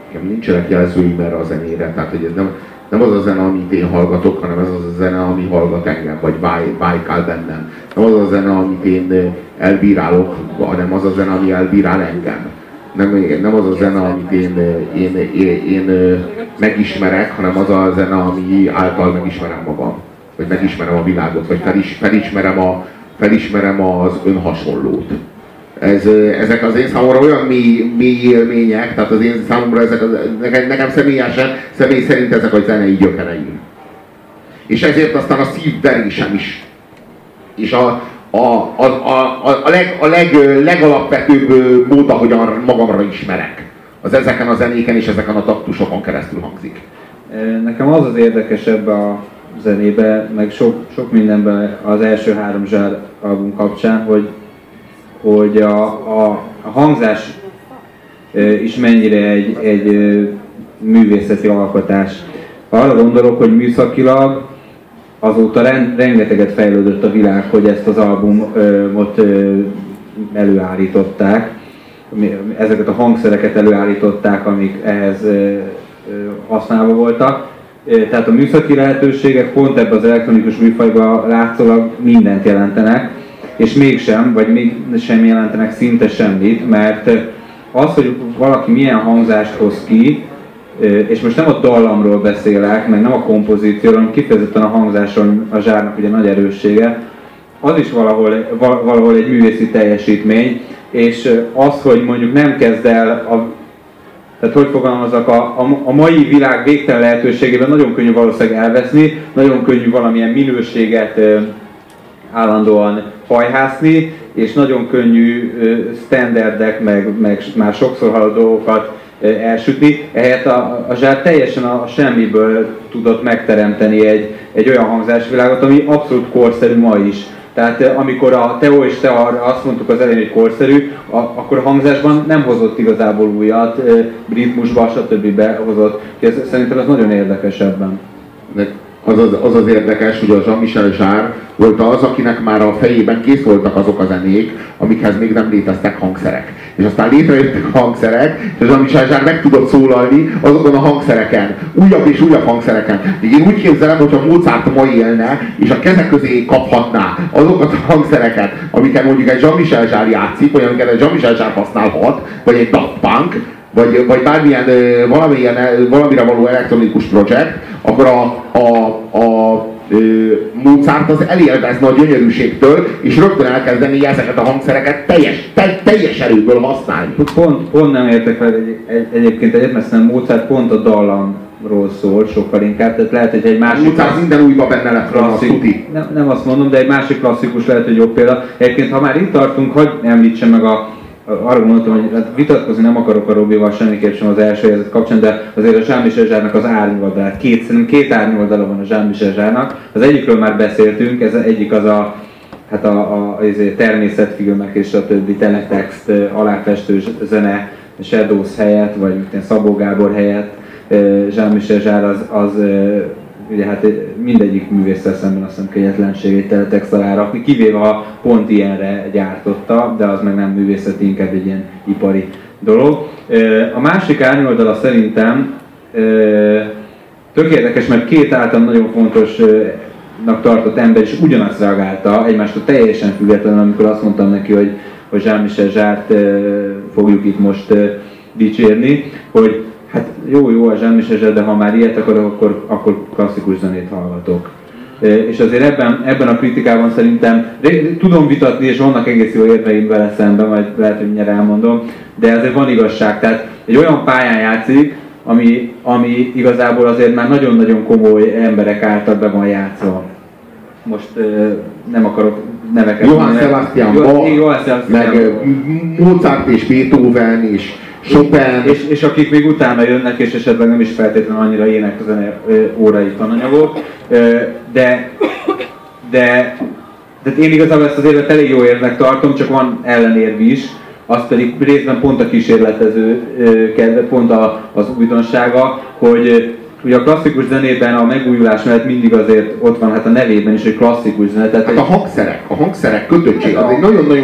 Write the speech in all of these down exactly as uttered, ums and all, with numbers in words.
nekem nincsenek jelzőim erre a zenére, tehát hogy ez nem, nem az a zene, amit én hallgatok, hanem ez az a zene, ami hallgat engem, vagy vájkál bennem. Nem az a zene, amit én elbírálok, hanem az a zene, ami elbírál engem. Nem, nem az a zene, amit én, én, én, én megismerek, hanem az a zene, ami által megismerem magam. Vagy megismerem a világot, vagy felis, felismerem, a, felismerem az önhasonlót. Ez, ezek az én számomra olyan mély, mély élmények, tehát az én számomra ezek, nekem, nekem személyesen, személy szerint ezek a zenei gyökereim. És ezért aztán a szívverésem is. És a, a, a, a, a, leg, a leg, legalapvetőbb mód, ahogyan magamra ismerek, az ezeken a zenéken és ezeken a taktusokon keresztül hangzik. Nekem az az érdekesebb a zenébe, meg sok, sok mindenben az első három zsár album kapcsán, hogy, hogy a, a, a hangzás is mennyire egy, egy művészeti alkotás. Arra gondolok, hogy műszakilag azóta rengeteget fejlődött a világ, hogy ezt az albumot előállították. Ezeket a hangszereket előállították, amik ehhez használva voltak. Tehát a műszaki lehetőségek pont ebben az elektronikus műfajban látszólag mindent jelentenek, és mégsem, vagy még sem jelentenek szinte semmit, mert az, hogy valaki milyen hangzást hoz ki, és most nem a dallamról beszélek, meg nem a kompozícióról, hanem kifejezetten a hangzáson a zsárnak ugye nagy erőssége, az is valahol, valahol egy művészi teljesítmény, és az, hogy mondjuk nem kezd el a Tehát hogy fogalmazok, a, a, a mai világ végtelen lehetőségében nagyon könnyű valószínűleg elveszni, nagyon könnyű valamilyen minőséget ö, állandóan hajhászni, és nagyon könnyű ö, standardek, meg, meg már sokszor hallott dolgokat ö, elsütni. Ehelyett a, a zsár teljesen a, a semmiből tudott megteremteni egy, egy olyan hangzásvilágot, ami abszolút korszerű ma is. Tehát amikor a Teo és te azt mondtuk az elején, hogy korszerű, a, akkor a hangzásban nem hozott igazából újat, ritmusban, stb. Behozott. Szerintem ez nagyon érdekes ebben. Az az, az az érdekes, hogy a Jean-Michel Jarre volt az, akinek már a fejében kész voltak azok a zenék, amikhez még nem léteztek hangszerek. És aztán létrejöttek a hangszerek, és a Jean-Michel Jarre meg tudott szólalni azokon a hangszereken, újabb és újabb hangszereken. Én úgy képzelem, hogyha Mozart ma élne, és a kezek közé kaphatná azokat a hangszereket, amiket mondjuk egy Jean-Michel Jarre játszik, vagy amiket egy Jean-Michel Jarre használhat, vagy egy Daft Punk, vagy, vagy bármilyen, valamilyen, valamire való elektronikus projekt, akkor a, a, a Mozart az elélvezne a gyönyörűségtől, és rögtön elkezdeni ezeket a hangszereket teljes, te, teljes erőből használni. Pont, pont nem értek fel egy, egy, egyébként egyet, mert szerintem Mozart pont a dallamról szól sokkal inkább, tehát lehet, hogy egy másik... Mozart minden újba benne lett klasszik, nem, nem azt mondom, de egy másik klasszikus lehet, hogy jobb példa. Egyébként, ha már itt tartunk, hadd említsem meg a arra gondoltam, hogy hát vitatkozni nem akarok a Robival semmiképp sem az első helyzet kapcsán, de azért a Jean-Michel Jarre-nak az árnyoldalát, két, két árnyoldala van a Jean-Michel Jarre-nak. Az egyikről már beszéltünk, ez egyik az a, hát a, a, a természetfilmek és a többi teletext aláfestő zene Shadows helyett, vagy Szabó Gábor helyett. Jean-Michel Jarre az, az ugye hát mindegyik művésszel szemben azt hiszem kegyetlenségét egy teletext alá rakni, kivéve ha pont ilyenre gyártotta, de az meg nem művészeti, inkább egy ilyen ipari dolog. A másik árnyoldala szerintem tök érdekes, mert két által nagyon fontosnak tartott ember is ugyanazt reagálta, egymástól teljesen függetlenül, amikor azt mondtam neki, hogy, hogy Jean-Michel Jarre-t fogjuk itt most dicsérni, hogy hát jó, jó a Jean-Michel Jarre, de ha már ilyet akarok, akkor, akkor klasszikus zenét hallgatok. És azért ebben, ebben a kritikában szerintem tudom vitatni, és vannak egész jó érveim vele szemben, majd lehet, hogy mindjárt elmondom, de azért van igazság. Tehát egy olyan pályán játszik, ami, ami igazából azért már nagyon-nagyon komoly emberek által be van játszva. Most nem akarok neveket Johann Sebastian Bach, meg Mozart és Beethoven és Chopin. És, és akik még utána jönnek, és esetleg nem is feltétlenül annyira énekszene órai tananyagok, de, de, de én igazából ezt az érvet elég jó érvnek tartom, csak van ellenérv is, az pedig részben pont a kísérletező kedve, pont a, az újdonsága, hogy ugye a klasszikus zenében a megújulás mellett mindig azért ott van hát a nevében is, hogy klasszikus zene. Tehát hát a hangszerek, a hangszerek kötöttség, az egy nagyon-nagyon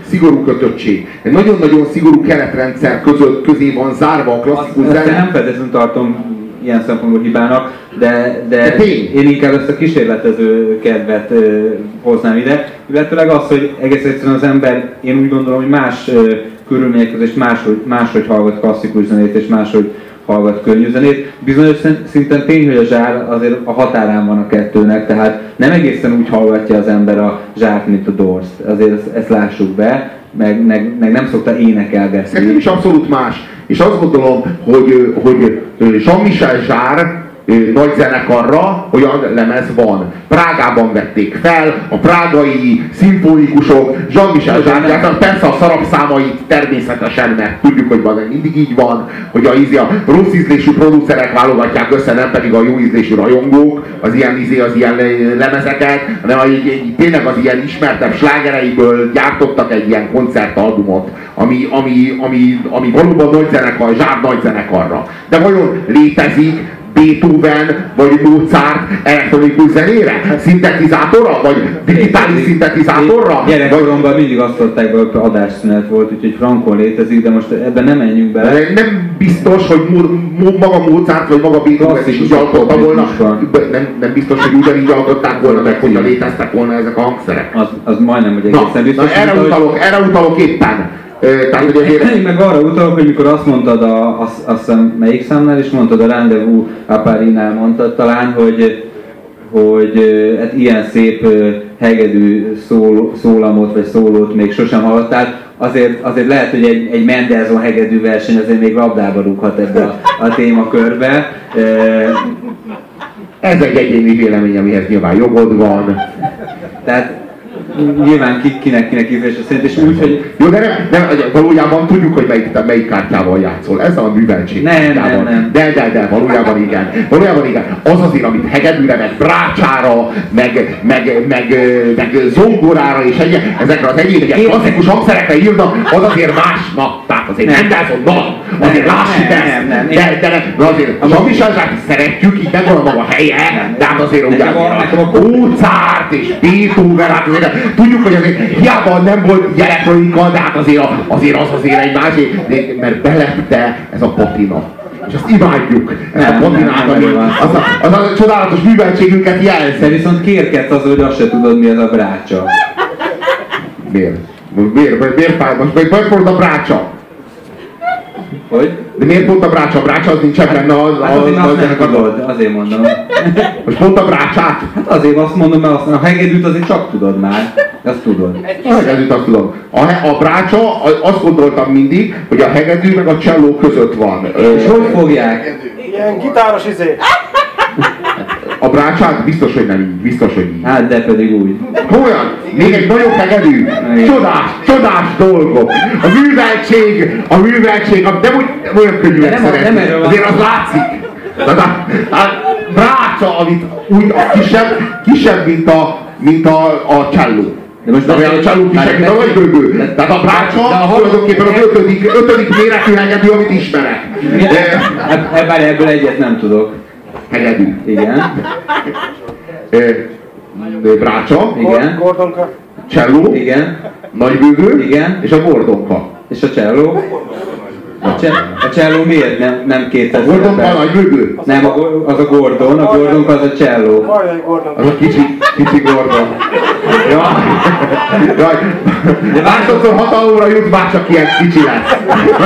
szigorú kötöttség. Egy nagyon-nagyon szigorú keretrendszer között, közé van zárva a klasszikus zene. zene. Nem feltétlenül tartom ilyen szempontból hibának, de, de, de én inkább ezt a kísérletező kedvet ö, hoznám ide, illetőleg az, hogy egész egyszerűen az ember, én úgy gondolom, hogy más ö, körülmények között máshogy, máshogy hallgat klasszikus zenét és máshogy hallgat könnyű zenét. Bizonyos szinten tény, hogy a zsár azért a határán van a kettőnek, tehát nem egészen úgy hallgatja az ember a zsárt, mint a Doors-t. Azért ezt, ezt lássuk be, meg, meg, meg nem szokta énekelgetni. Szerintem is abszolút más. És azt gondolom, hogy, hogy Jean-Michel Jarre nagy zenekarra olyan lemez van. Prágában vették fel, a prágai szimfonikusok, Jean-Michel Jarre, persze a szarabszámait természetesen, mert tudjuk, hogy van, mindig így van, hogy a, a rossz ízlésű producerek válogatják össze, nem pedig a jó ízlésű rajongók az ilyen, az ilyen lemezeket, hanem tényleg az ilyen ismertebb slágereiből gyártottak egy ilyen koncertalbumot, ami, ami, ami, ami valóban nagy zenekar, Jarre nagy zenekarra. De vajon létezik Beethoven vagy Mozart elektronikus zenére? Szintetizátorra? Vagy digitális szintetizátorra? Gyerekkoromban mindig azt mondták, hogy adásszünet volt, úgyhogy frankon létezik, de most ebben nem menjünk bele. De nem biztos, hogy maga Mozart vagy maga Beethoven is úgy alkotta volna. Nem, nem biztos, hogy ugyanígy alkották volna meg, hogyha léteztek volna ezek a hangszerek. Az, az majdnem, hogy egészen na, biztos. Na, erre, hogy... utalok, erre utalok éppen. Tehát, hogy azért... Én meg arra utalok, hogy mikor azt mondtad, a, azt, azt hiszem, melyik számnál is mondtad, a Rendezvous à Paris-nál mondtad talán, hogy, hogy hát ilyen szép hegedű szól, szólamot vagy szólót még sosem hallottál. Azért, azért lehet, hogy egy, egy Mendelssohn hegedű verseny azért még labdába rúghat ebbe a, a témakörbe. Ez egy egyéni vélemény, amihez nyilván jogod van. Tehát nyilván kinek kinek ízlése szerint, és úgy, hogy... Jó, de nem, nem, valójában tudjuk, hogy melyik, melyik kártyával játszol. Ez a műveltség nem, kártyával. Nem, nem. De, de, de, valójában igen. Valójában igen. Az azért, amit hegedűre, meg brácsára, meg, meg, meg, meg zongorára és egy, ezekre az egyéb egy klasszikus hangszerekre írnak, az azért másnak. Tehát azért nem Mendelssohn, na, azért lássuk ezt. Nem, nem, de, de, de azért a Jean-Michel Jarre szeretjük, így megvan a maga helye, de hát azért ugye a Mozart és Beethoven, hát azért tudjuk, hogy azért hiába nem volt elektronika, de hát azért, azért az azért egy másik, mert belepte ez a patina. És azt imádjuk, ezt nem, a patinát, ami az a, az a csodálatos műveltségünket jelzi. De viszont kérkedsz az, hogy azt se tudod, mi az a brácsa. Miért? Miért? Miért fáj? Most miért pont a brácsa? Hogy? De miért pont a brácsa? A brácsa az nincsen benne a... Hát azért azt nem tudod, azért mondom. Most pont a brácsát? Hát azért azt mondom, mert azt, a hegedűt azért csak tudod már. Azt tudod. A hegedűt azt tudom. A, a brácsa, azt gondoltam mindig, hogy a hegedű meg a cselló között van. És hogy fogják? Ilyen gitáros izé. A brácsát biztos, hogy nem így, biztos, hogy így. Hát de pedig úgy. Olyan, még egy nagyobb hegedű, csodás, csodás dolgok. A műveltség, a műveltség, nem úgy, olyan könnyűek szeretni. Azért az látszik. Tehát a, a brácsa, amit úgy a kisebb, kisebb, mint a, mint a, a cselló. De most olyan a cselló kisebb, mint a nagy bőgő. Tehát a brácsa tulajdonképpen az ötödik, ötödik méretű hegedű, amit ismerek. Ebből ebből egyet nem tudok. Hegedű. Igen. Brácsa. Igen. Gordonka. Cselló. Igen. Nagybőgő. Igen. És a gordonka. És a cselló? A, ce- a cselló miért nem, nem kétszer? A gordonka a nagybőgő? Nem, a, az a Gordon, a Gordonka az a cselló. Gordon. Az a kicsi, kicsi Gordon. Jaj, jaj. De másodszor hatalomra jut, már csak ilyen kicsi lesz.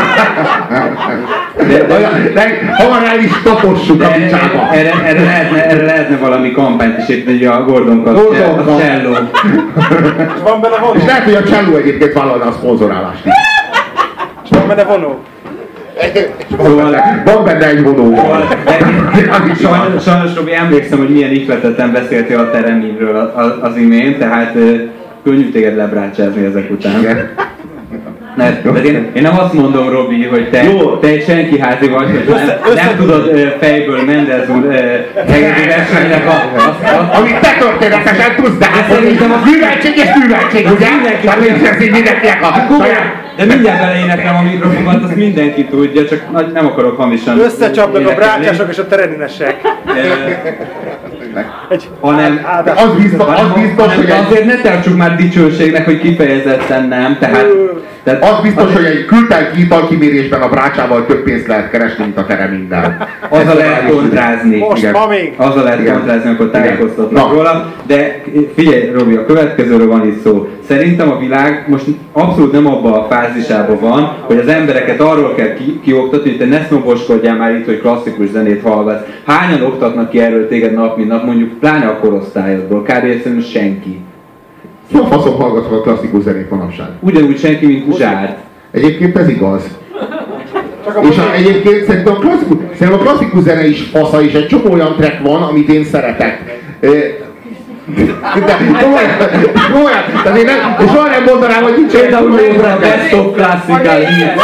De, de, de hamar el is tapossuk a picsába. Erre, erre, lehetne, erre lehetne valami kampányt is építeni, hogy a Gordonka a cselló. És van benne vonó? És lehet, hogy a cselló egyébként vállalna a szponzorálást is. És van benne vonó? Van benne, van benne egy vonó. Sajnos, sajnos Robi, emlékszem, hogy milyen ihletetten beszéltél a teremívről az, az imént, tehát könnyű téged lebrácsázni ezek után. Mert, de én, én nem azt mondom, Robi, hogy te, te egy senki házi vagy, hogy nem, nem tudod uh, fejből Mendelssohn uh, hegedű versenynek a... a amit te történetesen tudsz, de hát szerintem a műveltség és műveltség, ugye? Tehát ez így mindenkinek a saját... De mindjárt beleéneklem a mikrofonomat, azt mindenki tudja, csak nem akarok hamisan... Összecsapnak a brácsások és a tereninesek. dicsőségnek. hanem, Áldás. Az biztos, az biztos hanem hogy egy, azért ne tartsuk már dicsőségnek, hogy kifejezetten nem. Tehát, tehát az biztos, hogy egy kültelki italkimérésben a brácsával több pénzt lehet keresni, mint a tereminden. azzal lehet kontrázni. Most Igen. ma még. Azzal lehet Igen. kontrázni, akkor Igen. tájékoztatnak Na. róla. De figyelj, Robi, a következőről van itt szó. Szerintem a világ most abszolút nem abban a fázisában van, hogy az embereket arról kell ki, kioktatni, hogy te ne sznoboskodjál már itt, hogy klasszikus zenét hallgatsz. Hányan oktatnak ki erről téged nap, mint nap, mondjuk pláne a korosztályodból? Kb. Egyszerűen senki. Jó faszom hallgatva a klasszikus zenét manapság. Ugyanúgy senki, mint Uzsárt. Egyébként ez igaz. Csak a És a, egyébként szerintem a, klasszikus, szerintem a klasszikus zene is fasza, és egy csomó olyan track van, amit én szeretek. Ö, De komolyan, komolyan, tehát én nem, soha nem mondanám, hogy nincs egy kurva jó a track. Best of Classical Hits.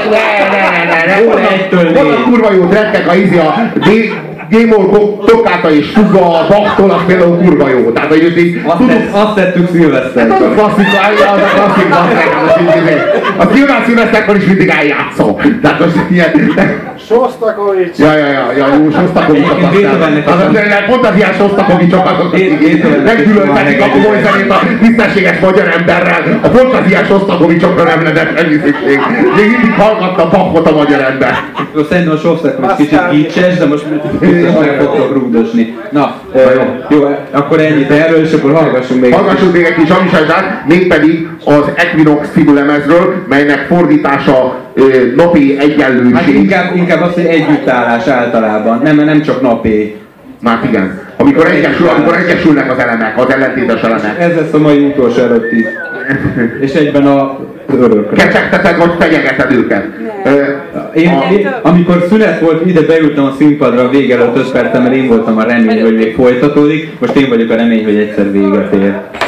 Vannak kurva jó trackek, a izi a G-Mol Toccata és Fuga a Bachtól, az például kurva jó. Tehát, hogy így Azt, tudod, tett, azt tettük hát az a szilveszterben. klasszika, az a klasszik basszák, az így izé. Azt nyilván színesztekor is mindig eljátszom. Tehát most ilyen... Sostakovics. Ja, ja, ja, ja, jó, Sostakovicsot Egyébként Beethovennek aztán. Az, az, pont az ilyen Sostakovicsokat, azok meggyűlöltetik a komoly zenét a tisztességes magyar emberrel. A pont az ilyen Sostakovicsokra nem lenne semmi szükség. Még mindig hallgatta Bachot a magyar ember. Szerintem a Sostakovics kicsit gicses, de most biztos meg fogtok rúgdosni. Na, Na, jó. jó. jó, akkor ennyit erről, és akkor hallgassunk még. Hallgassunk még egy kis amisázsát, mégpedig az Equinox című lemezről, melynek fordítása ö, napi Hát egyenlőség. inkább, inkább az, hogy együttállás általában, nem, nem csak napé. Már igen. Amikor, egyesül, amikor egyesülnek az elemek, az ellentétes elemek. Ez lesz a mai utolsó előtt is. És egyben a örökre. Kecsegteted vagy fenyegeted őket. Ö, Én, a- én, amikor szünet volt, ide beültem a színpadra a vége előtt öt percen, mert én voltam a remény, hogy még folytatódik. Most én vagyok a remény, hogy egyszer véget ér.